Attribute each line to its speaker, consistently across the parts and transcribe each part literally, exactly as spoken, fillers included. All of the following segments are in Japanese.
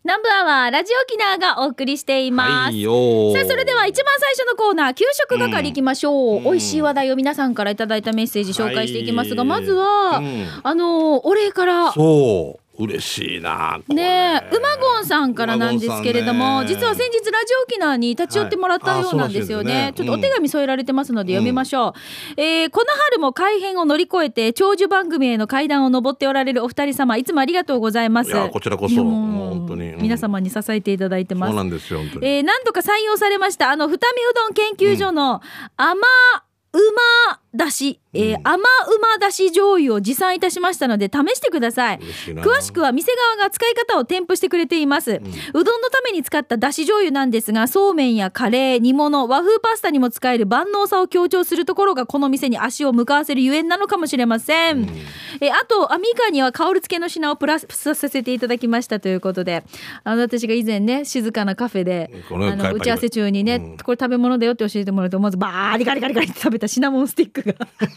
Speaker 1: 南部アワーラジオ沖縄がお送りしています、
Speaker 2: はいよ。
Speaker 1: さあそれでは一番最初のコーナー給食係いきましょう、
Speaker 2: うん
Speaker 1: 美味しい話題を皆さんからいただいたメッセージ紹介していきますが、
Speaker 2: はい
Speaker 1: まずは、
Speaker 2: うん、
Speaker 1: あのお礼から
Speaker 2: そう嬉しいなこれ
Speaker 1: ねえ、うまごんさんからなんですけれども、
Speaker 2: ね、
Speaker 1: 実は先日ラジオ沖縄に立ち寄ってもらったようなんですよね、はい、ちょっとお手紙添えられてますので読みましょう、うんえー、この春も改編を乗り越えて長寿番組への階段を上っておられるお二人様、いつもありがとうございます。
Speaker 2: いやこちらこそもう本当に、うん、
Speaker 1: 皆様に支えていただいてます。
Speaker 2: そうなんですよ本当に、
Speaker 1: えー、何度か採用されましたあの二見うどん研究所の甘うまだし、えーうん、甘うまだし醤油を持参いたしましたので試してください。詳しくは店側が使い方を添付してくれています、うん、うどんのために使っただし醤油なんですが、そうめんやカレー、煮物、和風パスタにも使える万能さを強調するところがこの店に足を向かわせるゆえんなのかもしれません、うんえー、あとアミカには香る付けの品をプラスさせていただきましたということで、あの私が以前ね静かなカフェであの打ち合わせ中にね、うん、これ食べ物だよって教えてもらうとまずバーリガリガリガリって食べたシナモンスティックが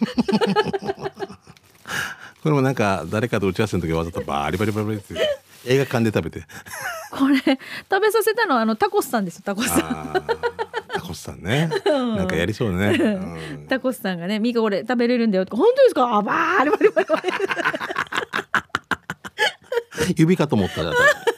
Speaker 2: これもなんか誰かと打ち合わせの時わざとバリバリバリバリって映画館で食べて
Speaker 1: これ食べさせたのはあのタコスさんです。タコスさん
Speaker 2: タコスさんね、うん、なんかやりそうね、
Speaker 1: うん、タコスさんがねミカこれ食べれるんだよとか本当ですかあバリバリバリバリ
Speaker 2: 指かと思ったら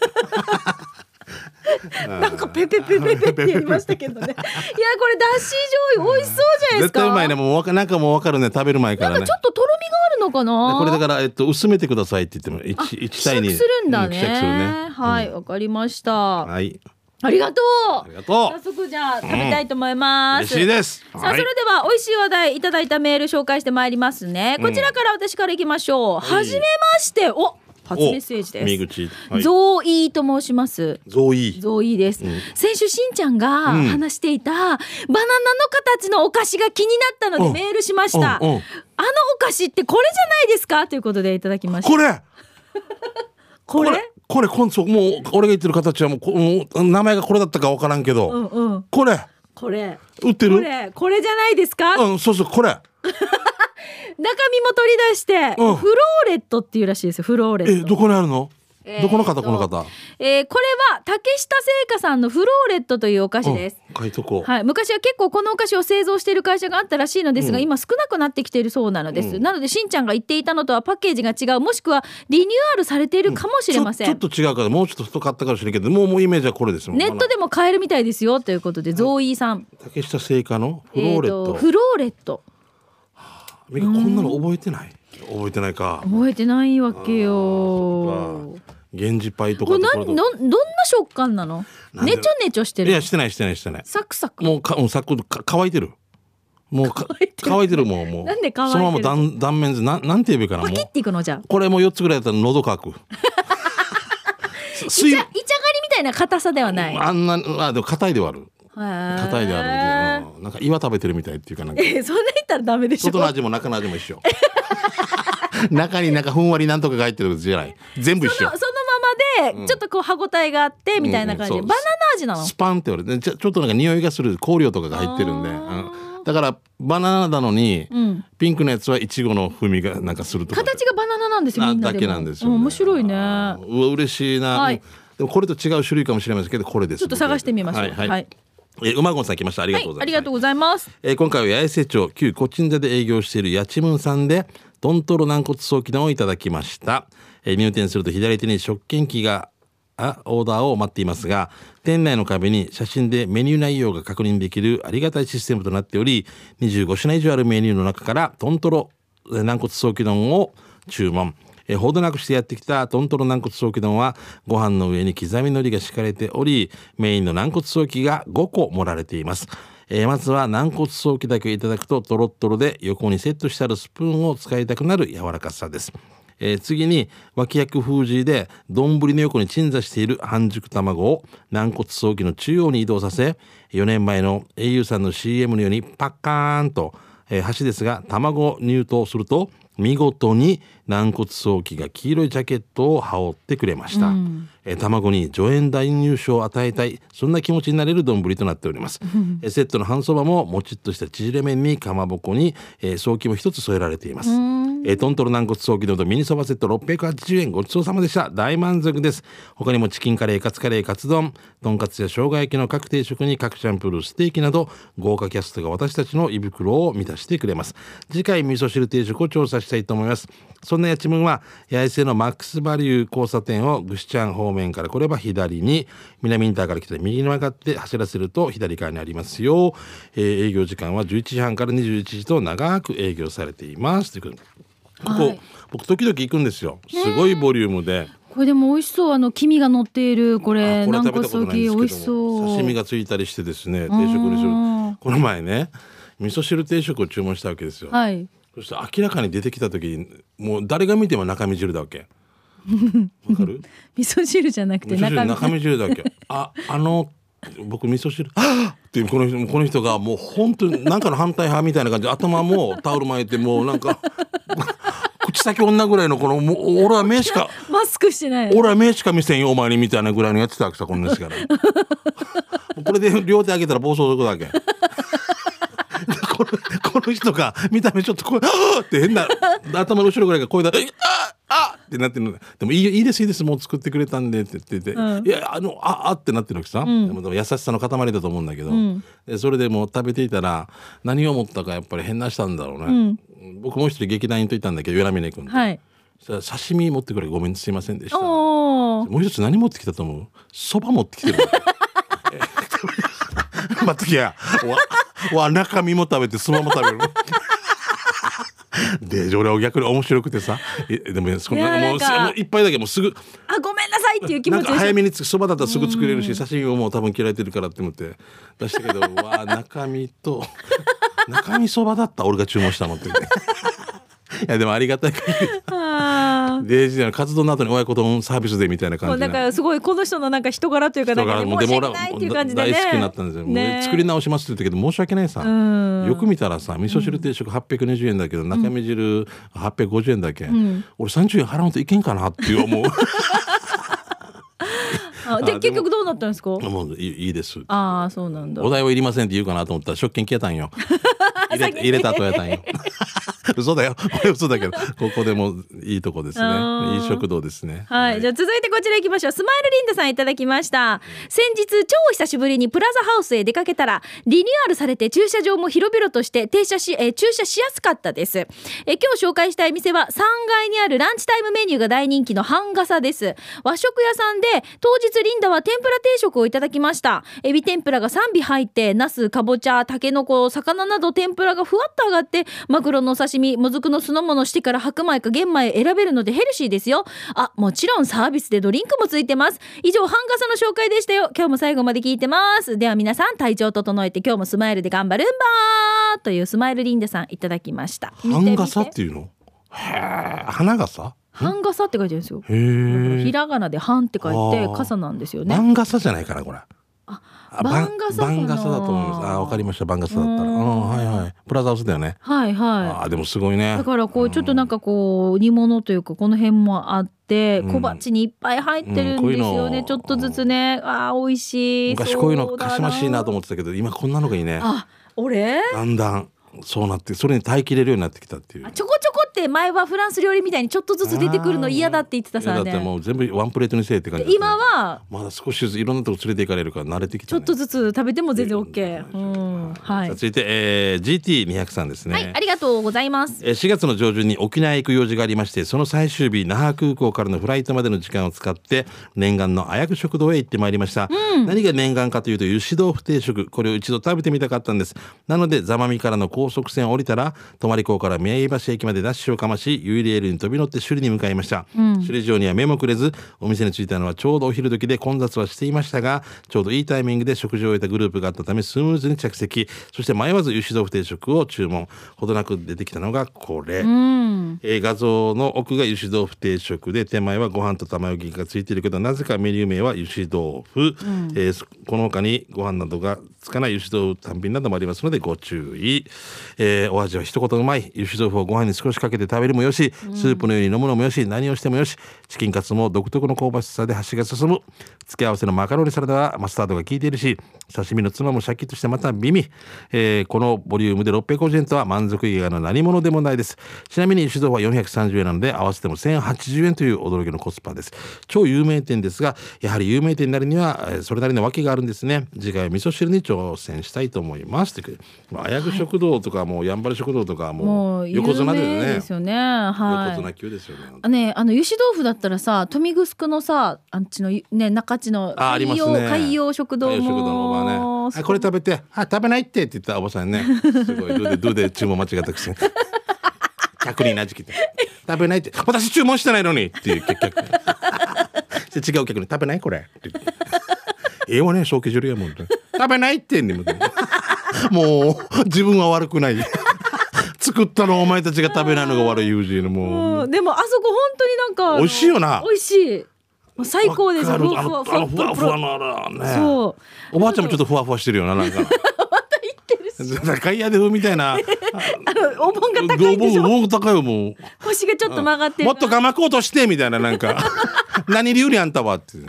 Speaker 1: なんかペペペペペってやりましたけどねいやこれだし醤油美味しそうじゃないですか。
Speaker 2: 絶対うまいね。もうなんかもう分かるね食べる前からね。
Speaker 1: なんかちょっととろみがあるのかな。
Speaker 2: これだから、えっと、薄めてくださいって言っても 1, いち対に
Speaker 1: 希釈するんだね、
Speaker 2: うん、希釈するね。
Speaker 1: はいわ、うん、かりました。
Speaker 2: はい
Speaker 1: ありがとう。
Speaker 2: ありがとう。
Speaker 1: 早速じゃあ食べたいと思います、
Speaker 2: うん、嬉しいです。
Speaker 1: さあ、はい、それでは美味しい話題いただいたメール紹介してまいりますね。こちらから私からいきましょう、うん、はじめましてお初メッセージです。
Speaker 2: 口、はい、
Speaker 1: ゾーイーと申します。
Speaker 2: ゾーイー
Speaker 1: ゾーイーです、うん、先週しんちゃんが話していた、うん、バナナの形のお菓子が気になったのでメールしました。あのお菓子ってこれじゃないですかということでいただきました。
Speaker 2: これ
Speaker 1: これ
Speaker 2: これこれもう俺が言ってる形はもう、もう名前がこれだったか分からんけど、うんうん、これ
Speaker 1: これ
Speaker 2: 売ってる
Speaker 1: これこれじゃないですか。
Speaker 2: うんそうそうこれ
Speaker 1: 中身も取り出して、うん、フローレットっていうらしいですよ。フローレット
Speaker 2: えどこにあるの、えー、どこの方この方、
Speaker 1: えー、これは竹下製菓さんのフローレットというお菓子です、
Speaker 2: うん、書いとこう、
Speaker 1: はい、昔は結構このお菓子を製造している会社があったらしいのですが、うん、今少なくなってきているそうなのです、うん、なのでしんちゃんが言っていたのとはパッケージが違う、もしくはリニューアルされているかもしれません、
Speaker 2: うん、ちょ, ちょっと違うからもうちょっと太かったかもしれないけどもうもうイメージはこれですもん。
Speaker 1: ネットでも買えるみたいですよということで、はい、ゾーイーさん
Speaker 2: 竹下製菓のフローレット、
Speaker 1: えー、フローレット
Speaker 2: みかこんなの覚えてない、覚えてないか。
Speaker 1: 覚えてないわけよ。
Speaker 2: 源氏パイとか
Speaker 1: などんな食感なの。ねちょねちょしてる。
Speaker 2: いやしてないしてないしてない。
Speaker 1: サクサク
Speaker 2: もうかもうサクか乾いてる。もうか乾いてるもうもう
Speaker 1: なんで乾いてる。
Speaker 2: そのまま断断面図ななんて言えばいいかな。
Speaker 1: パキっていくのじゃ。
Speaker 2: これもうよっつぐらいだったら喉乾く。
Speaker 1: 水いちゃがりみたいな硬さではない。
Speaker 2: あんなあでも硬いではある。硬いであるんで、うん、なんか岩食べてるみたいっていうかなんか、
Speaker 1: えー、そんな言ったらダメでしょ。
Speaker 2: 外の味も中の味も一緒中になんかふんわりなんとかが入ってるじゃない全部一緒。その、
Speaker 1: そのままでちょっとこう歯ごたえがあってみたいな感じで、うんうん、バナナ味なの。
Speaker 2: スパンって言われて ち, ちょっとなんか匂いがする香料とかが入ってるんで、うん、だからバナナなのに、うん、ピンクのやつはいちごの風味がなんかするとか
Speaker 1: 形がバナナなんですよ。みんなでも
Speaker 2: だけなんですよ、ね、
Speaker 1: 面白いね。う
Speaker 2: わ嬉しいな、はい、でもこれと違う種類かもしれませんけどこれです。
Speaker 1: ちょっと探してみましょう。はい、はいはい、
Speaker 2: えー、うまごんさん来ました。ありがとうございます、
Speaker 1: はい、ありがとうございます、
Speaker 2: えー、今回は八重瀬町旧コチン座で営業しているやちむんさんでトントロ軟骨早期丼をいただきました、えー、入店すると左手に食券機があオーダーを待っていますが、店内の壁に写真でメニュー内容が確認できるありがたいシステムとなっており、にじゅうご品以上あるメニューの中からトントロ軟骨早期丼を注文。えほどなくしてやってきたトントロ軟骨早期丼はご飯の上に刻み海苔が敷かれており、メインの軟骨早期がごこ盛られています。えー、まずは軟骨早期だけいただくとトロットロで横にセットしてあるスプーンを使いたくなる柔らかさです。えー、次に脇役封じで丼の横に鎮座している半熟卵を軟骨早期の中央に移動させ、よねんまえの au さんの シーエム のようにパッカーンと、えー、箸ですが卵を入刀すると見事に軟骨早期が黄色いジャケットを羽織ってくれました、うんえー、卵に助演男優賞を与えたい、そんな気持ちになれる丼となっております、うんえー、セットの半そばももちっとした縮れ麺にかまぼこに、えー、早期も一つ添えられています、うんえー、トントロ軟骨早期丼とミニそばセットろっぴゃくはちじゅうえん、ごちそうさまでした。大満足です。他にもチキンカレー、カツカレー、カツ丼、とんかつや生姜焼きの各定食に各チャンプルー、ステーキなど豪華キャストが私たちの胃袋を満たしてくれます。次回味噌汁定食を調査したいと思います。そんなやちむんは八重洲のマックスバリュー交差点をぐしちゃん方面から来れば左に、南インターから来て右に曲がって走らせると左側にありますよ。えー、営業時間はじゅういちじはんからにじゅういちじと長く営業されていますということで、ここ、はい、僕時々行くんですよ。すごいボリュームで、
Speaker 1: これでも美味しそう。あの黄身が乗っているこれ軟骨早期美味しそう。
Speaker 2: 刺身がついたりしてですね、定食にする。この前ね味噌汁定食を注文したわけですよ、はい、そして明らかに出てきた時にもう誰が見ても中身汁だわけわかる
Speaker 1: 味噌汁じゃなくて中身
Speaker 2: 中身汁だけああの僕味噌汁ってこの人この人がもう本当に何かの反対派みたいな感じで頭もタオル巻いてもうなんか口先女ぐらいのこのもう俺は目しか
Speaker 1: マスクしてない、
Speaker 2: 俺は目しか見せんよお前にみたいなぐらいのやってたわけさこの人からこれで両手上げたら暴走族だけこの、この人が見た目ちょっとこうあーって変な頭の後ろぐらいが声だああってなってるの。でもいいいいですいいですもう作ってくれたんでって言ってて、うん、いやあのああってなってるわけさ、うん、でも優しさの塊だと思うんだけど、うん、でそれでもう食べていたら何を思ったかやっぱり変なしたんだろうね、うん、僕もう一人劇団員といたんだけど与那嶺君と、はい、刺身持ってくれごめんすいませんでした。もう一つ何持ってきたと思う？そば持ってきてる待ってきやわわ中身も食べてそばも食べるで俺は逆に面白くてさでもそんなもう一杯だけもうすぐ
Speaker 1: あごめんなさいっていう気持ちで
Speaker 2: なんか早めにそばだったらすぐ作れるし刺身ももう多分嫌いてるからって思って出したけどわ中身と中身そばだった俺が注文したのって言っていやでもありがたい限りデイジーの活動の後に親子丼サービスでみたいな感じで
Speaker 1: なんかすごいこの人のなんか人柄というかなんか、ね、申し訳ないっていう感じで、ね、
Speaker 2: 大好きになったんですよ、ね、もう作り直しますって言ったけど申し訳ないさよく見たらさ味噌汁定食はっぴゃくにじゅうえんだけど、うん、中身汁はっぴゃくごじゅうえんだけ、うん、俺さんじゅうえん払うといけんかなっていう思う
Speaker 1: あで結局どうなったんですか？
Speaker 2: もういい、いいです。
Speaker 1: ああそうなんだ。
Speaker 2: お代はいりませんって言うかなと思ったら食券消えたんよ入れ, 入れた後やったんよ嘘だよこれ嘘だけどここでもいいとこですねいい食堂ですね、
Speaker 1: はい、はい、じゃあ続いてこちら行きましょう。スマイルリンダさんいただきました。先日超久しぶりにプラザハウスへ出かけたらリニューアルされて駐車場も広々として停車し、えー、駐車しやすかったです。えー、今日紹介したい店はさんがいにあるランチタイムメニューが大人気の半笠です。和食屋さんで当日リンダは天ぷら定食をいただきました。エビ天ぷらがさんび入ってナス、かぼちゃ、たけのこ、魚など天ぷらがふわっと上がってマグロのお刺身、もずくの酢の物してから白米か玄米選べるのでヘルシーですよ。あ、もちろんサービスでドリンクもついてます。以上半笠の紹介でしたよ。今日も最後まで聞いてます。では皆さん体調整えて今日もスマイルで頑張るんばーというスマイルリンダさんいただきました。
Speaker 2: 半笠っていうの？へー、花笠？
Speaker 1: 半笠って書いてるんですよ。へー、ひらがなで半って書いて傘なんですよね。
Speaker 2: 半笠じゃないかなこれ。
Speaker 1: あ、番傘かな。
Speaker 2: 番傘だと思います。あ、わかりました。番傘だったら、うん、はいはい。プラザハウスだよね。
Speaker 1: はいはい。
Speaker 2: あ、でもすごいね。
Speaker 1: だからこうちょっとなんかこう煮物というかこの辺もあって、うん、小鉢にいっぱい入ってるんですよね。うん、ちょっとずつね、あ、美味しい。
Speaker 2: 昔こういうのかしましいなと思ってたけど、今こんなのがいいね。
Speaker 1: あ、俺？
Speaker 2: だんだんそうなって、それに耐えきれるようになってきたっていう。
Speaker 1: ちょこちょこって前はフランス料理みたいにちょっとずつ出てくるの嫌だって言ってたさね。
Speaker 2: だってもう全部ワンプレートにせえって感じ、ね、
Speaker 1: 今は
Speaker 2: まだ少しずついろんなとこ連れて行かれるから慣れてきた、ね、
Speaker 1: ちょっとずつ食べても全然 OK、うん、はい。
Speaker 2: 続いて、えー、ジーティーにひゃく さんですね。
Speaker 1: はい、ありがとうございます。
Speaker 2: えー、しがつの上旬に沖縄へ行く用事がありまして、その最終日那覇空港からのフライトまでの時間を使って念願のあやく食堂へ行ってまいりました、うん、何が念願かというと油脂豆腐定食、これを一度食べてみたかったんです。なので座間味からの高速船を降りたら泊港から宮井橋駅までダッシュをかましユイレールに飛び乗って首里に向かいました、うん、首里城には目もくれずお店に着いたのはちょうどお昼時で混雑はしていましたが、ちょうどいいタイミングで食事を終えたグループがあったためスムーズに着席、そして迷わず油脂豆腐定食を注文。ほどなく出てきたのがこれ、うん、えー、画像の奥が油脂豆腐定食で手前はご飯と卵焼きがついているけどなぜかメニュー名は油脂豆腐、うん、えー、この他にご飯などがつかない油脂豆腐単品などもありますのでご注意、えー、お味は一言うまい。油脂豆腐をご飯に少しかけて食べるもよし、スープのように飲むのもよし、何をしてもよし、チキンカツも独特の香ばしさで箸が進む。付け合わせのマカロニサラダはマスタードが効いているし、刺身のツマもシャキッとしてまた美味。 い、えー、このボリュームでろっぴゃくごじゅうえんとは満足以外の何物でもないです。ちなみに油脂豆腐はよんひゃくさんじゅうえんなので合わせてもせんはちじゅうえんという驚きのコスパです。超有名店ですが、やはり有名店になるにはそれなりの訳があるんですね。次回は味噌汁に挑戦したいと思います。あやぐ食堂とか、もうやんばる食堂とかもう横綱でね、
Speaker 1: 有名ですよね、はい、
Speaker 2: 横綱級ですよね。
Speaker 1: あね、あの油脂豆腐だったらさ、豊見城のさ、あっちのね、中地の
Speaker 2: あ、ありますね、
Speaker 1: 海洋食堂も、
Speaker 2: 海洋食堂のおばね、あ、これ食べて、あ、食べないってって言ったおばさんね、すごいルーでルーで注文間違ったくせに客になじきて食べないって、私注文してないのにっていう結局違う客に食べないこれって言ってええわね、小気汁やもん食べないってんねんもう自分は悪くない作ったのお前たちが食べないのが悪い友人のもう、
Speaker 1: うん、でもあそこ本当になんか
Speaker 2: 美味しいよな、
Speaker 1: 美味しい、もう最高です。
Speaker 2: あの
Speaker 1: ふわふわ
Speaker 2: あのふわふわのあれね、
Speaker 1: そう
Speaker 2: おばあちゃんもちょっとふわふわしてるよな、なんかまた
Speaker 1: 言ってるし
Speaker 2: 高いやで風みたいな
Speaker 1: あのお盆が高いんでしょ、
Speaker 2: お盆が高いよ、もう
Speaker 1: 腰がちょっと曲がってる、
Speaker 2: もっとがまこうとしてみたいな、なんか何流にあんたはって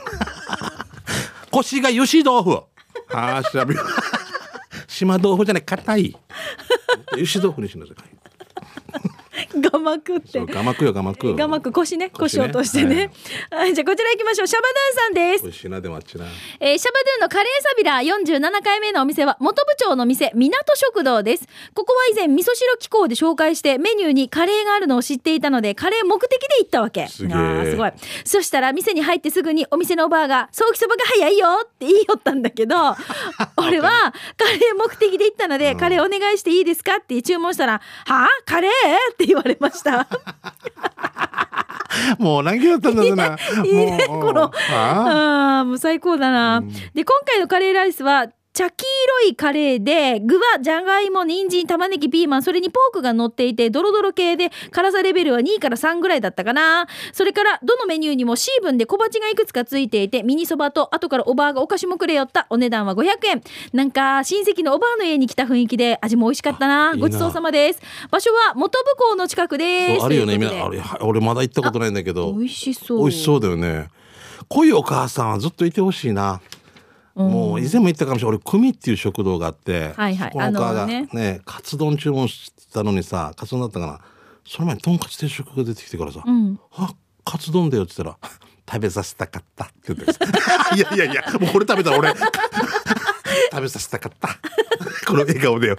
Speaker 2: 腰が油脂豆腐、あーしゃべ島豆腐じゃない、硬い油脂豆腐にしなさい
Speaker 1: がまくって
Speaker 2: がまくよ、がまく
Speaker 1: がまく腰ね、腰を落としてね、はいはい、じゃあこちら行きましょう。シャバドゥンさんです。
Speaker 2: 美味しいな、でもあっちな、
Speaker 1: えー、シャバドゥンのカレーサビラよんじゅうななかいめのお店は元部長の店港食堂です。ここは以前味噌汁機構で紹介してメニューにカレーがあるのを知っていたので、カレー目的で行ったわけ。
Speaker 2: すげえ、
Speaker 1: あーすごい。そしたら店に入ってすぐにお店のおばあがソーキそばが早いよって言いよったんだけど俺はカレー目的で行ったので、カレーお願いしていいですかって注文したら、はあカレーって言われました
Speaker 2: もう何キロだったんだろうな。
Speaker 1: いいね、
Speaker 2: もう
Speaker 1: この
Speaker 2: あ
Speaker 1: あーもう最高だな、うん、で今回のカレーライスは茶黄色いカレーで、具はじゃがいも、人参、玉ねぎ、ピーマン、それにポークが乗っていてドロドロ系で、辛さレベルはにからさんぐらいだったかな。それからどのメニューにも C 分で小鉢がいくつかついていて、ミニそばと後からおばあがお菓子もくれよった。お値段はごひゃくえん。なんか親戚のおばあの家に来た雰囲気で、味も美味しかったな。
Speaker 2: いいな、
Speaker 1: ごちそうさまです。場所は元部港の近くです。
Speaker 2: あるよね、みんなあれ、俺まだ行ったことないんだけど、
Speaker 1: 美味しそう、
Speaker 2: 美味しそうだよね。濃いお母さんはずっといてほしいな。もう以前も言ったかもしれない、俺久美っていう食堂があって、
Speaker 1: はいはい、
Speaker 2: そこのお母がね、
Speaker 1: ね
Speaker 2: カツ丼注文したのにさ、カツ丼だったかな、その前にとんかつ定食が出てきてからさ、うん、あ、カツ丼だよって言ったら食べさせたかったって言っていやいやいや、もうこれ食べたら俺食べさせたかったこの笑顔でよ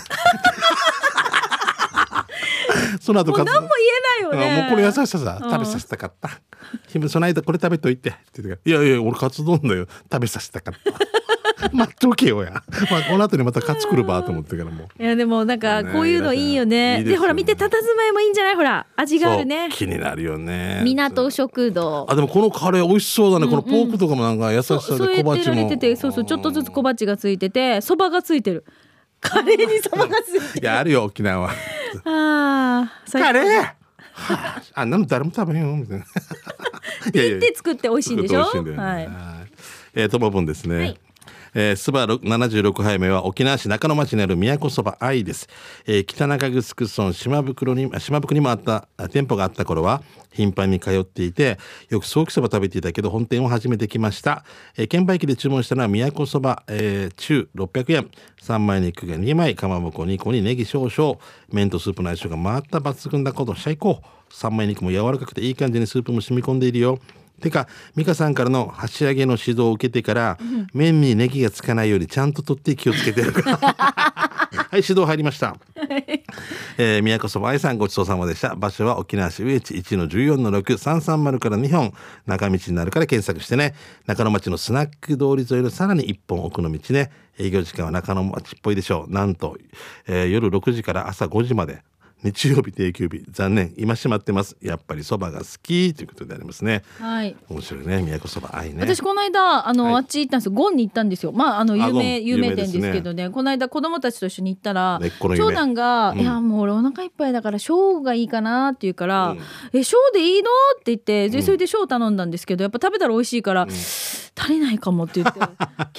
Speaker 2: その後
Speaker 1: もう何も言えないよね。
Speaker 2: もうこの優しささ、食べさせたかった、うん、その間これ食べといてって言って、いやいや俺カツ丼だよ、食べさせたかった待っとけよや、まあ、この後にまたカツ来るばと思ってからも
Speaker 1: いやでもなんかこういうのいいよね。ね、で, でほら見て、佇まいもいいんじゃない、ほら味があるね。
Speaker 2: 気になるよね、
Speaker 1: 港食堂。
Speaker 2: あ、でもこのカレー美味しそうだね、うんうん、このポークとかもなんか優しさで小鉢も そ,
Speaker 1: そうやってられてて、そうそう、ちょっとずつ小鉢がついてて、そばがついてる、カレーにそばがついてる
Speaker 2: いやあるよ沖縄は
Speaker 1: あ
Speaker 2: カレー、はあ、あんなの誰も食べへんよみたいな
Speaker 1: ピッて作って美味しいんでしょ。
Speaker 2: 美味しいんだよね、はい、えー、ともぶんですね、はい。えー、スバななじゅうろくはいめは沖縄市中野町にある都そば愛です。えー、北中城村島袋に島袋にもあった店舗があった頃は頻繁に通っていて、よくソーキそば食べていたけど本店を初めて来ました。えー、券売機で注文したのは都そば、えー、中ろっぴゃくえん、三枚肉がにまい、かまぼこにこにネギ少々、麺とスープの相性がまた抜群だこと、最高。三枚肉も柔らかくていい感じにスープも染み込んでいるよ。てか美香さんからの箸上げの指導を受けてから、うん、麺にネギがつかないようにちゃんと取って気をつけてるはい、指導入りました、えー、都そば愛さんごちそうさまでした。場所は沖縄市上地 いちのじゅうよんのろく さんさんまるからにほん中道になるから検索してね。中野町のスナック通り沿いのさらにいっぽん奥の道ね。営業時間は中野町っぽいでしょう。なんと、えー、夜ろくじから朝ごじまで、日曜日定休日、残念今閉まってます。やっぱりそばが好きということでありますね。
Speaker 1: はい、
Speaker 2: 面白いね、都そば愛ね。
Speaker 1: 私この間あの、はい、あっち行ったんですよ。ゴンに行ったんですよ。まああの有名有名店ですけどね。この間子供たちと一緒に行ったら長男が、うん、いやもう俺お腹いっぱいだからショーがいいかなって言うから、うん、えショーでいいのって言ってでそれでショー頼んだんですけど、やっぱ食べたら美味しいから、うん、足りないかもって言って結局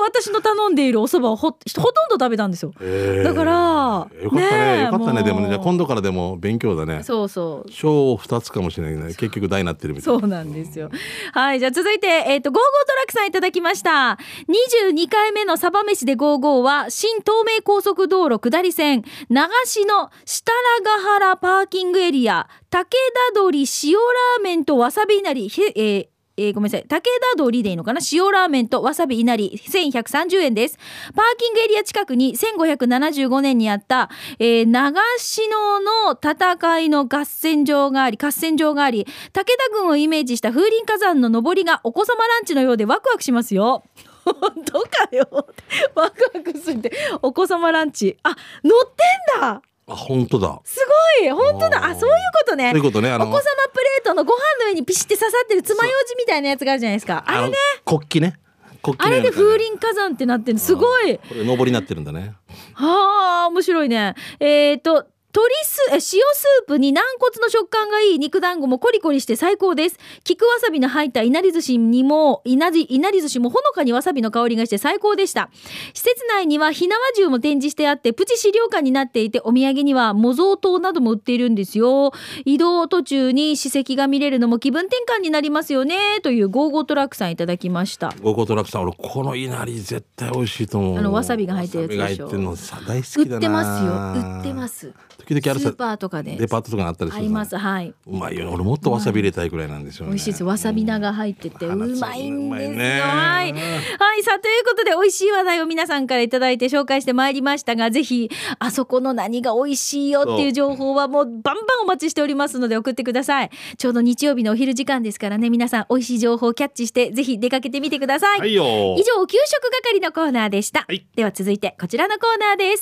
Speaker 1: 私の頼んでいるお蕎麦を ほ, ほとんど食べたんですよ、
Speaker 2: えー、
Speaker 1: だから
Speaker 2: よかった ね, ねよかったね。でもね、じゃあ今度からでも勉強だね。
Speaker 1: そうそう
Speaker 2: 小ふたつかもしれないね。結局大になってるみたいな。
Speaker 1: そうなんですよ。はい、じゃあ続いて、えー、とゴーゴートラックさんいただきました。にじゅうにかいめのサバ飯でゴーゴーは新東名高速道路下り線長篠設楽原パーキングエリア武田鳥塩ラーメンとわさびいなり、えーえー、ごめんなさい、武田通りでいいのかな、塩ラーメンとわさびいなりせんひゃくさんじゅうえんです。パーキングエリア近くにせんごひゃくななじゅうごねんにあった、えー、長篠の戦いの合戦場があり合戦場があり武田軍をイメージした風林火山の登りがお子様ランチのようでワクワクしますよ。本当かよワクワクするってお子様ランチ、あ、乗ってんだ。
Speaker 2: あ、本当だ。
Speaker 1: すごい、本当だ。あ、そういうことね。
Speaker 2: そういうことね。あの
Speaker 1: お子様プレートのご飯の上にピシって刺さってる爪楊枝みたいなやつがあるじゃないですか。あれね。
Speaker 2: 国旗ね。国旗
Speaker 1: あ
Speaker 2: ね。
Speaker 1: れで風林火山ってなってるのすごい。
Speaker 2: これ上りになってるんだね。
Speaker 1: はあ、面白いね。えっと鶏スえ塩スープに軟骨の食感がいい肉団子もコリコリして最高です。菊わさびの入ったいなり寿司にもいなり、いなり寿司もほのかにわさびの香りがして最高でした。施設内には火縄銃も展示してあってプチ資料館になっていてお土産には模造刀なども売っているんですよ。移動途中に史跡が見れるのも気分転換になりますよねというゴーゴートラックさんいただきました。
Speaker 2: ゴーゴートラックさん、俺このいなり絶対美味しいと思う。
Speaker 1: あのわさびが入ってるやつでしょ。
Speaker 2: わさびが入ってるのさ大好きだな。
Speaker 1: 売ってますよ、売ってます。
Speaker 2: 時々あるさ
Speaker 1: スーパーとかで
Speaker 2: デパートとかにあったりする。
Speaker 1: あります。はい。
Speaker 2: うまいよね。俺もっとわさび入れたいくらいなんですよね。
Speaker 1: 美味しいです。わさび菜が入っててうまいんですよ。はい、
Speaker 2: ね、
Speaker 1: はい、さあということで美味しい話題を皆さんからいただいて紹介してまいりましたが、ぜひあそこの何が美味しいよっていう情報はもうバンバンお待ちしておりますので送ってください。ちょうど日曜日のお昼時間ですからね、皆さん美味しい情報をキャッチしてぜひ出かけてみてください。
Speaker 2: はいよ。
Speaker 1: 以上給食係のコーナーでした、
Speaker 2: はい、
Speaker 1: では続いてこちらのコーナーです。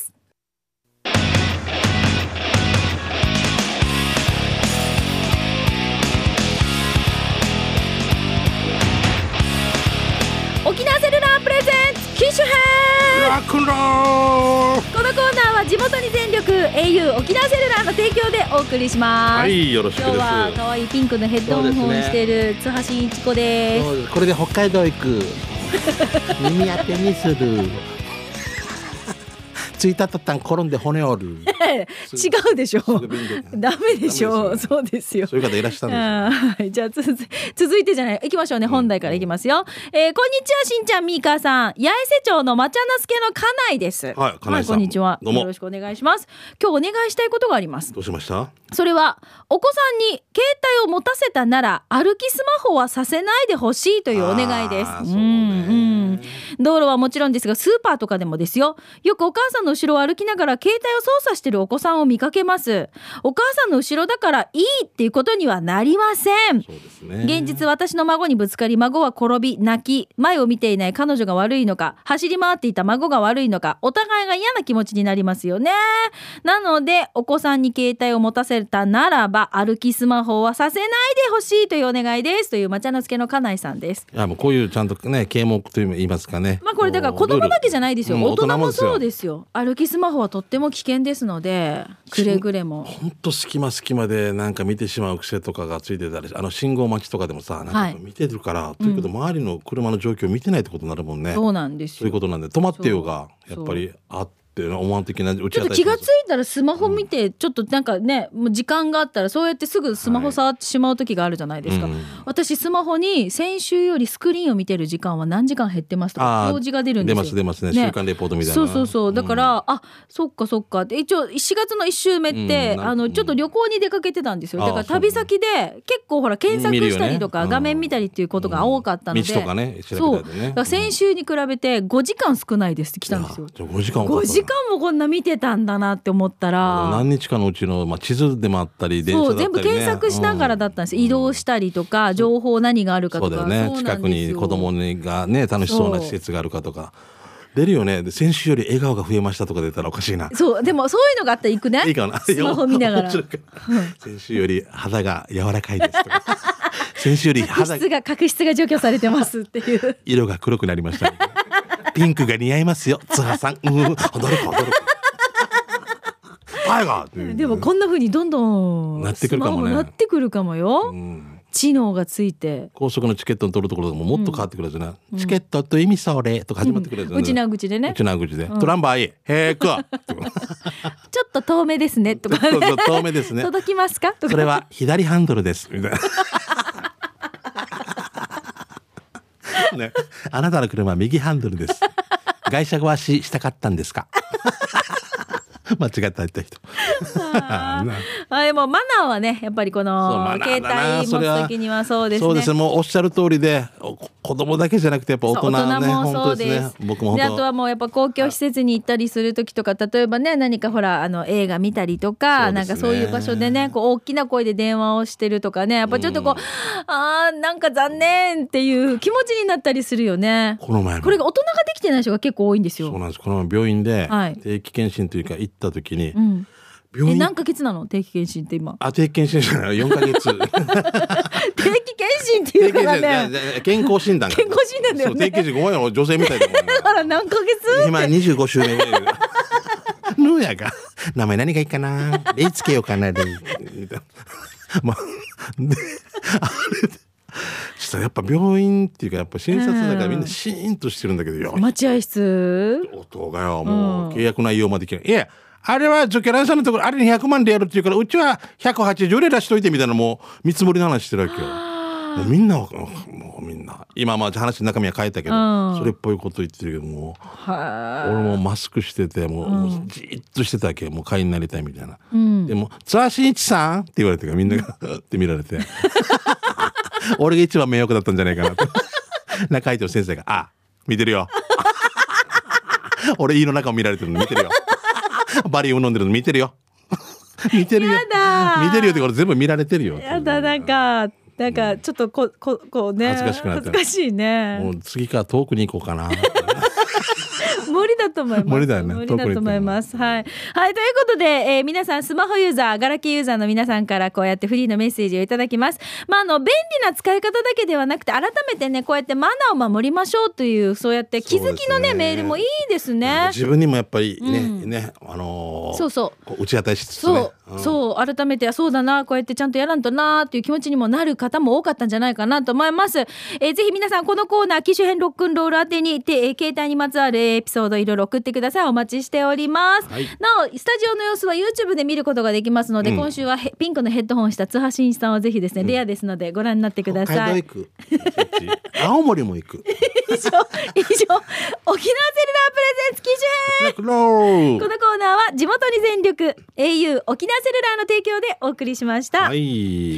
Speaker 1: 沖縄セルラープレゼンツ機種編
Speaker 2: ラックンロール。
Speaker 1: このコーナーは地元に全力 エーユー 沖縄セルラーの提供でお送りします。
Speaker 2: はい、よろしくです。
Speaker 1: 今日は可愛いピンクのヘッドホンをしている津橋一子です。
Speaker 2: これで北海道行く耳当てにするついたとったん転んで骨折る
Speaker 1: 違うでしょ、ダメでしょう。そうですよ。
Speaker 2: そういう方いらっしゃるんですよ。
Speaker 1: はい、じゃあ続続いてじゃない行きましょうね、本題から行きますよ、うんえー、こんにちはしんちゃんみーかーさん、八重瀬町の抹茶那須家の家内です。
Speaker 2: はい、家内さん、はい、
Speaker 1: こんにちは。
Speaker 2: どうも
Speaker 1: よろしくお願いします。今日お願いしたいことがあります。
Speaker 2: どうしました？
Speaker 1: それはお子さんに携帯を持たせたなら歩きスマホはさせないでほしいというお願いです。うんうん道路はもちろんですがスーパーとかでもですよ。よくお母さんの後ろを歩きながら携帯を操作しているお子さんを見かけます。お母さんの後ろだからいいっていうことにはなりません。
Speaker 2: そうですね。
Speaker 1: 現実私の孫にぶつかり孫は転び泣き、前を見ていない彼女が悪いのか、走り回っていた孫が悪いのか、お互いが嫌な気持ちになりますよね。なのでお子さんに携帯を持たせたならば歩きスマホはさせないでほしいというお願いですという抹茶那須家の家内さんです。
Speaker 2: いやもうこういうちゃんとね啓蒙と言いますかね。
Speaker 1: まあこれだから子供だけじゃないですよ、大人もそうですよ。
Speaker 2: よ
Speaker 1: 歩きスマホはとっても危険ですのでくれぐれも
Speaker 2: 本当隙間隙間でなんか見てしまう癖とかがついてたり、あの信号待ちとかでもさなんか見てるから、はい、ということ周りの車の状況を見てないってことになるもんね。
Speaker 1: そうなんですよ。
Speaker 2: そういうことなんで止まってようがやっぱりあって思わん的な打ち当たり、
Speaker 1: ちょっと気がついたらスマホ見て、うん、ちょっとなんかねもう時間があったらそうやってすぐスマホ触ってしまう時があるじゃないですか、はいうん、私スマホに先週よりスクリーンを見てる時間は何時間減ってますとか表示が出るんですよ。
Speaker 2: 出ます出ます ね, ね週間レポートみたいな。
Speaker 1: そうそうそうだから、うん、あそっかそっかで一応しがつのいっ週目って、うん、あのちょっと旅行に出かけてたんですよ。だから旅先で結構ほら検索したりとか、ね、画面見たりっていうことが多かったので、うん、道とかね調べたりね。そうだから先週に比べてごじかん少ないですって来たんですよ。
Speaker 2: じゃごじかん
Speaker 1: ごじかんもこんな見てたんだなって思ったら
Speaker 2: 何日かのうちの、まあ、地図でもあったり電車だったり、ね、
Speaker 1: そう全部検索しながらだったんです、うん、移動したりとか情報何があるかとか。
Speaker 2: そうだよね。近くに子供がね楽しそうな施設があるかとか出るよね。で先週より笑顔が増えましたとか出たらおかしいな。
Speaker 1: そうでもそういうのがあったら行くね。
Speaker 2: いいかな
Speaker 1: スマホ見ながら
Speaker 2: 先週より肌が柔らかいですとか先週より肌
Speaker 1: 角質が角質が除去されてますっていう
Speaker 2: 色が黒くなりました、ね、ピンクが似合いますよ津波さん。うん驚く驚くでもこんな風にどんどんなってくるかもね。
Speaker 1: なってくるかもよ、
Speaker 2: うん
Speaker 1: 知能がついて
Speaker 2: 高速のチケットを取るところでももっと変わってくるんですね、うん、チケットと意味それとか始まってくるんですね、
Speaker 1: うちな口でね
Speaker 2: うちな口で、うん、トランバーいへーく
Speaker 1: ちょっと遠目ですねとか、ね、
Speaker 2: そうそう遠目ですね
Speaker 1: 届きますかとか
Speaker 2: それは左ハンドルですみたいなね、あなたの車は右ハンドルです外車壊ししたかったんですか間違って入った人
Speaker 1: ああでもマナーはねやっぱりこの携帯持つ時にはそうですね
Speaker 2: そうですねもうおっしゃる通りで子供だけじゃなくてやっぱ大人ね
Speaker 1: 大人もそうです、
Speaker 2: 本当ですね僕も本当
Speaker 1: であとはもうやっぱ公共施設に行ったりする時とか例えばね何かほらあの映画見たりとか、ね、なんかそういう場所でねこう大きな声で電話をしてるとかねやっぱちょっとこう、うん、あーなんか残念っていう気持ちになったりするよね。
Speaker 2: この前
Speaker 1: これが大人ができてない人が結構多いんですよ。
Speaker 2: そうなんですこの前病院で定期検診というか行った時に、はいうん
Speaker 1: え何ヶ月なの定期検診って今
Speaker 2: あ定期検診じゃないよんかげつ定期
Speaker 1: 検診っていうからね
Speaker 2: 健康診断
Speaker 1: 健康診断だよね
Speaker 2: 定期検診ごめん女性みたいだもん
Speaker 1: だから何ヶ月
Speaker 2: 今にじゅうごしゅうねんぐらいのやが名前何がいいかなレイつけようかなレイまあであれちょっとやっぱ病院っていうかやっぱ診察だからみんなシーンとしてるんだけどよ、
Speaker 1: うん、待合室
Speaker 2: 音がよもう契約内容まで聞けない、いやあれは助教ランさんのところあれにひゃくまんでやるっていうからうちはひゃくはちじゅうで出しといてみたいなもう見積もりの話してるわけよ。もうみんなもうみんな今まあ話の中身は変えたけど、うん、それっぽいこと言ってるけども俺もマスクしててもう、うん、もうじーっとしてたわけもう会員になりたいみたいな、うん、でも津田真一さんって言われてからみんながって見られて俺が一番迷惑だったんじゃないかなと中井と先生があ見てるよ俺胃の中を見られてるの見てるよバリウム飲んでるの見てるよ見てるよ見てるよってこれ全部見られてるよ
Speaker 1: やだなんかなんかちょっとこここうね
Speaker 2: 恥ずかしくなって
Speaker 1: 恥ずかしいね
Speaker 2: もう次から遠くに行こうかな
Speaker 1: 無理だと思います
Speaker 2: 無理だよね
Speaker 1: 無理だと思いますはい、はい、ということで、えー、皆さんスマホユーザーガラケーユーザーの皆さんからこうやってフリーのメッセージをいただきます。まああの便利な使い方だけではなくて改めてねこうやってマナーを守りましょうというそうやって気づきのねメールもいいですね。
Speaker 2: 自分にもやっぱりね、うん、ねあ
Speaker 1: のー、そうそう
Speaker 2: こう打ち当たりしつつね
Speaker 1: そう、うん、そう改めてそうだなこうやってちゃんとやらんとなっていう気持ちにもなる方も多かったんじゃないかなと思います。えー、ぜひ皆さんこのコーナー機種編ロックンロール宛てにて、えー、携帯にまつわるエピソードいろいろ送ってください。お待ちしております、はい、なおスタジオの様子は YouTube で見ることができますので、うん、今週はピンクのヘッドホンをした津波真一さんはぜひですね、うん、レアですのでご覧になってください。
Speaker 2: 北海道行く青森も行く
Speaker 1: 以上以上沖縄セルラープレゼンツ機種編このコーナーは地元に全力 エーユー 沖縄セルラーの提供でお送りしました、はい、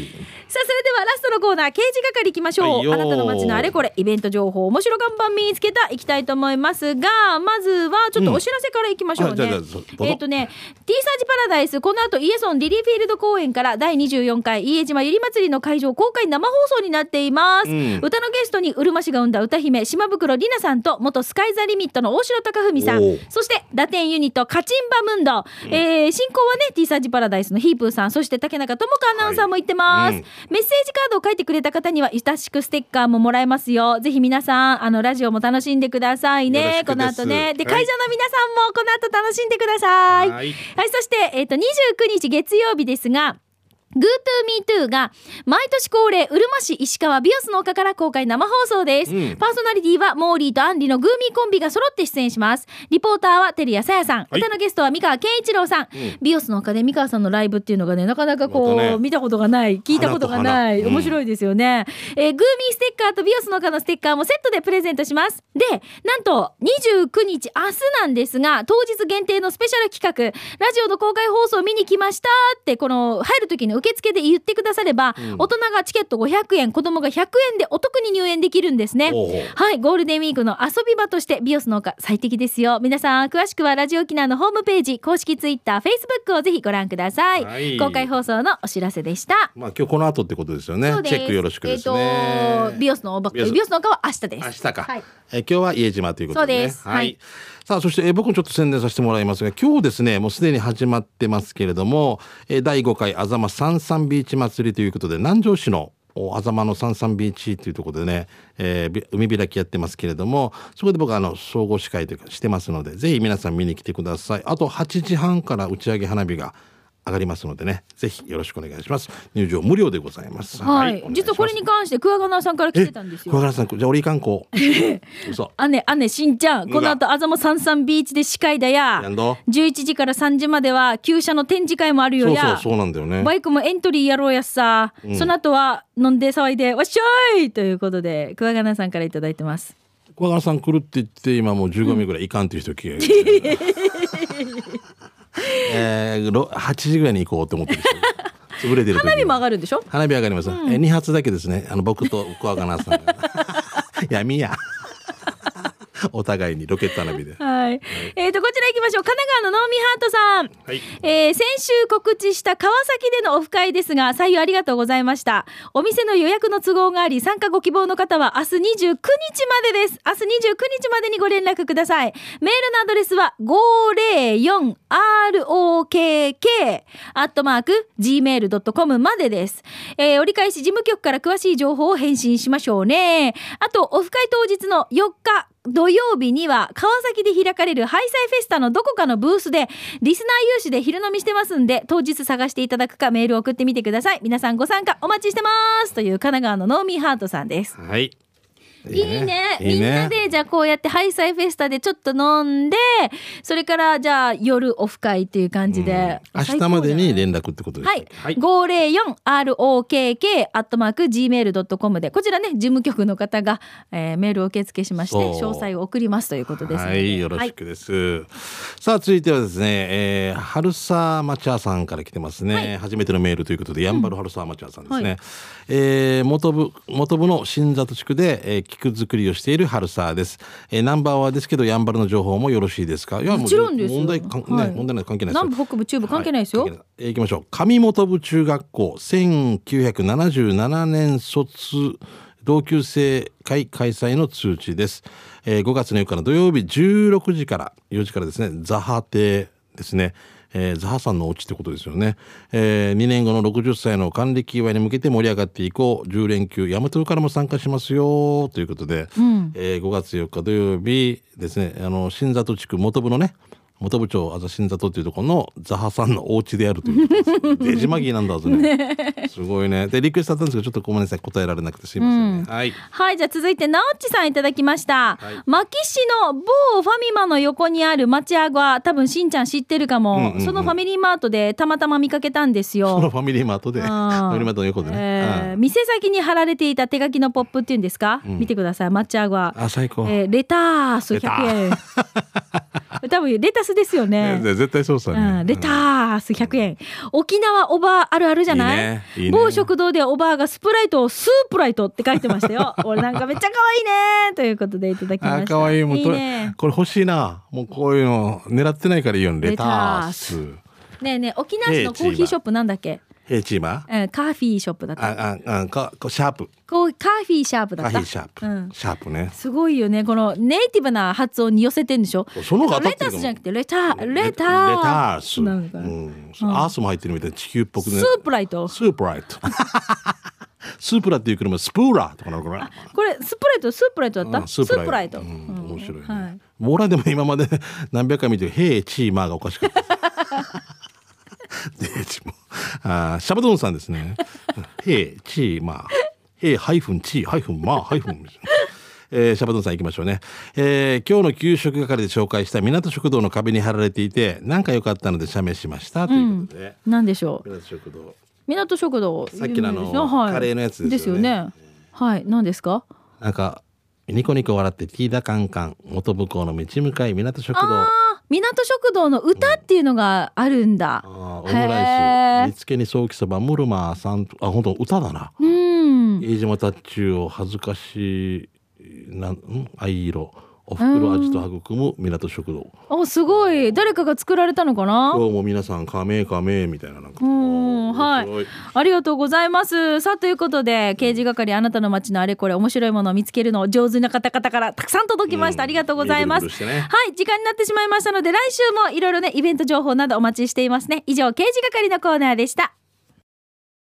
Speaker 1: さあそれではラストのコーナー刑事係いきましょう、はい、あなたの街のあれこれイベント情報面白看板見つけたいきたいと思いますがまずはちょっとお知らせからいきましょうね、うん、えっ、ー、とね T サージパラダイスこの後イエソンリリーフィールド公演からだいにじゅうよんかい家島ゆり祭りの会場公開生放送になっています、うん、歌のゲストにうるま市が生んだ歌姫島袋里奈さんと元スカイザリミットの大城貴文さんそしてラテンユニットカチンバムンド、うんえー、進行はね T サージパラダイスのヒープーさんそして竹中智香アナウンサーも言ってます、はいうん、メッセージカードを書いてくれた方には親しくステッカーももらえますよ。ぜひ皆さんあのラジオも楽しんでくださいね。この後ねで、はい、会場の皆さんもこの後楽しんでください。はい、はい、そして、えーと、にじゅうくにち月曜日ですがGoToMeToo が毎年恒例うるま市石川ビオスの丘から公開生放送です、うん、パーソナリティはモーリーとアンリのグーミーコンビが揃って出演します。リポーターは照屋さやさん、はい、歌のゲストは三河健一郎さん、うん、ビオスの丘で三河さんのライブっていうのがねなかなかこう、ね、見たことがない聞いたことがない、うん、面白いですよね、えー、グーミーステッカーとビオスの丘のステッカーもセットでプレゼントします。でなんとにじゅうくにち明日なんですが当日限定のスペシャル企画ラジオの公開放送見に来ましたってこの入る時の受付で言ってくだくだされば、うん、大人がチケットごひゃくえん子供がひゃくえんでお得に入園できるんですね。はいゴールデンウィークの遊び場としてビオスの丘最適ですよ。皆さん詳しくはラジオ沖縄のホームページ公式ツイッターフェイスブックをぜひご覧ください、はい、公開放送のお知らせでした。
Speaker 2: まあ今日この後ってことですよね。チェックよろしくですね、
Speaker 1: えー、とビオスのビオスの丘は明日です。
Speaker 2: 明日か、はい、え今日は家島ということで、ね、
Speaker 1: そうです、
Speaker 2: はい、
Speaker 1: はい
Speaker 2: さあそして、えー、僕もちょっと宣伝させてもらいますが今日ですねもうすでに始まってますけれども、えー、だいごかいあざまさんさんビーチ祭りということで南城市のあざまのさんさんビーチというところでね、えー、海開きやってますけれどもそこで僕はあの総合司会というかしてますのでぜひ皆さん見に来てください。あとはちじはんから打ち上げ花火が上がりますのでね、ぜひよろしくお願いします。入場無料でございます。
Speaker 1: はい、
Speaker 2: はい、
Speaker 1: 実はこれに関して桑名さんから来てたんですよ。
Speaker 2: 桑名さん、じゃあ俺いかんこ嘘
Speaker 1: 姉姉しんちゃん、この後あざもさんさんビーチで司会だや。
Speaker 2: やんど
Speaker 1: じゅういちじからさんじまでは旧車の展示会もあるよや。
Speaker 2: そうそうそうなんだよね。
Speaker 1: バイクもエントリーやろうやっさ、うん、その後は飲んで騒いでわっしょいということで桑名さんからいただいてます。
Speaker 2: 桑名さん来るって言って今もうじゅうご名ぐらいいかんっていう人聞いて、うんえー、はちじぐらいに行こうと思ってる人潰れてる。
Speaker 1: 花火も上がるんでしょ。
Speaker 2: 花火上がります、うん、えに発だけですね。あの僕と桑名さん闇やお互いにロケット花火で、
Speaker 1: はい、えーとこちら行きましょう。神奈川のノーミーハートさん、
Speaker 2: はい
Speaker 1: えー、先週告知した川崎でのオフ会ですが採用ありがとうございました。お店の予約の都合があり参加ご希望の方は明日にじゅうくにちまでです。明日にじゅうくにちまでにご連絡ください。メールのアドレスは ごーぜろよんアールオーケーケー アットマーク ジーメールドットコム までです、えー、折り返し事務局から詳しい情報を返信しましょうね。あとオフ会当日のよっか土曜日には川崎で開かれるハイサイフェスタのどこかのブースでリスナー有志で昼飲みしてますんで、当日探していただくかメールを送ってみてください。皆さんご参加お待ちしてますという神奈川のノーミーハートさんです。
Speaker 2: はい、
Speaker 1: いいね、
Speaker 2: いいね、
Speaker 1: みんなでじゃあこうやってハイサイフェスタでちょっと飲んで、それからじゃあ夜オフ会っていう感じで、
Speaker 2: うん、明日までに連絡ってことです。
Speaker 1: はい、はい、ごーぜろよんアールオーケーケー アットマーク ジーメールドットコム でこちらね事務局の方が、えー、メールを受付しまして詳細を送りますということですので、
Speaker 2: はいよろしくです、はい、さあ続いてはですね、えー、春沢マチャーさんから来てますね、はい、初めてのメールということでやんばる春沢マチャーさんですね、うんはいえー、元部元部の新里地区で、えー、菊作りをしている春沢です、えー、ナンバーはですけどやんばるの情報もよろしいですか。いや
Speaker 1: もちろんです。
Speaker 2: 問題か、ねはい、問題ない関係ないですよ。
Speaker 1: 南部北部中部関係ないですよ。
Speaker 2: はい、えー、いきましょう。上本部中学校せんきゅうひゃくななじゅうななねん卒同級生会開催の通知です、えー、ごがつのよっかの土曜日じゅうろくじからよじからですねザハ邸ですね、えー、ザハさんのお家ってことですよね、えー、にねんごのろくじゅっさいの還暦祝いに向けて盛り上がっていこうじゅう連休大和からも参加しますよということで、うんえー、ごがつよっか土曜日ですね、あの新里地区元部のね元部長あざ新里というところのザハさんのお家であるというデジマギーなんだぞねねすごいね。でリクエストだったんですけどちょっとごめんなさい答えられなくてすいませんね、うん、はい、
Speaker 1: はい、じゃあ続いてなおっちさんいただきました、はい、牧市の某ファミマの横にある町アゴは多分しんちゃん知ってるかも、うんうんうん、そのファミリーマートでたまたま見かけたんですよ。
Speaker 2: そのファミリーマートでファミリーマートの横でね、
Speaker 1: えー、店先に貼られていた手書きのポップっていうんですか、うん、見てください。町アゴは
Speaker 2: あ最高、
Speaker 1: えー、レタースひゃくえん多分レタスですよね。
Speaker 2: ね絶対そうさね、
Speaker 1: うん、レタースひゃくえん、うん、沖縄おばあるあるじゃない。いいねいいね、某食堂でおばあがスプライトをスープライトって書いてましたよ俺なんかめっちゃ可愛いねということでいただきました。
Speaker 2: あ可愛いもういいね、これ欲しいな。もうこういうの狙ってないからいいよね。レタース
Speaker 1: ねえねえ沖縄市のコーヒーショップなんだっけ。
Speaker 2: ヘイチーマー、
Speaker 1: うん、カーフィーショップだった。
Speaker 2: あああかシャープ
Speaker 1: こうカーフィーシャープだった。
Speaker 2: カーフィーシャープ、うん、シャープね。
Speaker 1: すごいよねこのネイティブな発音に寄せてんでしょ。
Speaker 2: その方が当たってるかも。
Speaker 1: レタスじゃなくてレターレター
Speaker 2: レタースなんか、うんうん、アースも入ってるみたいな地球っぽくね。
Speaker 1: スープライト
Speaker 2: スープライトスープラっていう車スプーラーとかなのかな。
Speaker 1: これスプライトスープライトだった、うん、スープライト、
Speaker 2: うん、面白いね、
Speaker 1: はい、
Speaker 2: もう俺でも今まで何百回見てヘイチーマーがおかしかったデージもあシャバドゥンさんですねヘイチーマーヘイハイフンチーハイフンマーハイフンえー、シャバドゥンさん行きましょうね、えー、今日の給食係で紹介した港食堂の壁に貼られていてなんか良かったので写メしましたということで、
Speaker 1: うん、何でしょう。
Speaker 2: 港食堂
Speaker 1: 港食堂
Speaker 2: さっきのあの、はい、カレーのやつですよね。
Speaker 1: ですよね。はい何ですか。
Speaker 2: なんかニコニコ笑ってティーダカンカン元部校の道向かい港食堂。
Speaker 1: あ港食堂の歌っていうのがあるんだ、うん、
Speaker 2: あオムライス煮付けにソーキそばムルマーさんあ本当歌だな。
Speaker 1: うん
Speaker 2: 飯島タッチューを恥ずかしいなんん藍色おふくろ味と育む港食堂。
Speaker 1: あすごい誰かが作られたのかな。
Speaker 2: 今日も皆さんカメカメみたいななんか
Speaker 1: うんはいありがとうございます。さあということで刑事係あなたの街のあれこれ面白いものを見つけるのを上手な方々からたくさん届きました、うん、ありがとうございます、ね、はい時間になってしまいましたので来週もいろいろねイベント情報などお待ちしていますね。以上刑事係のコーナーでした。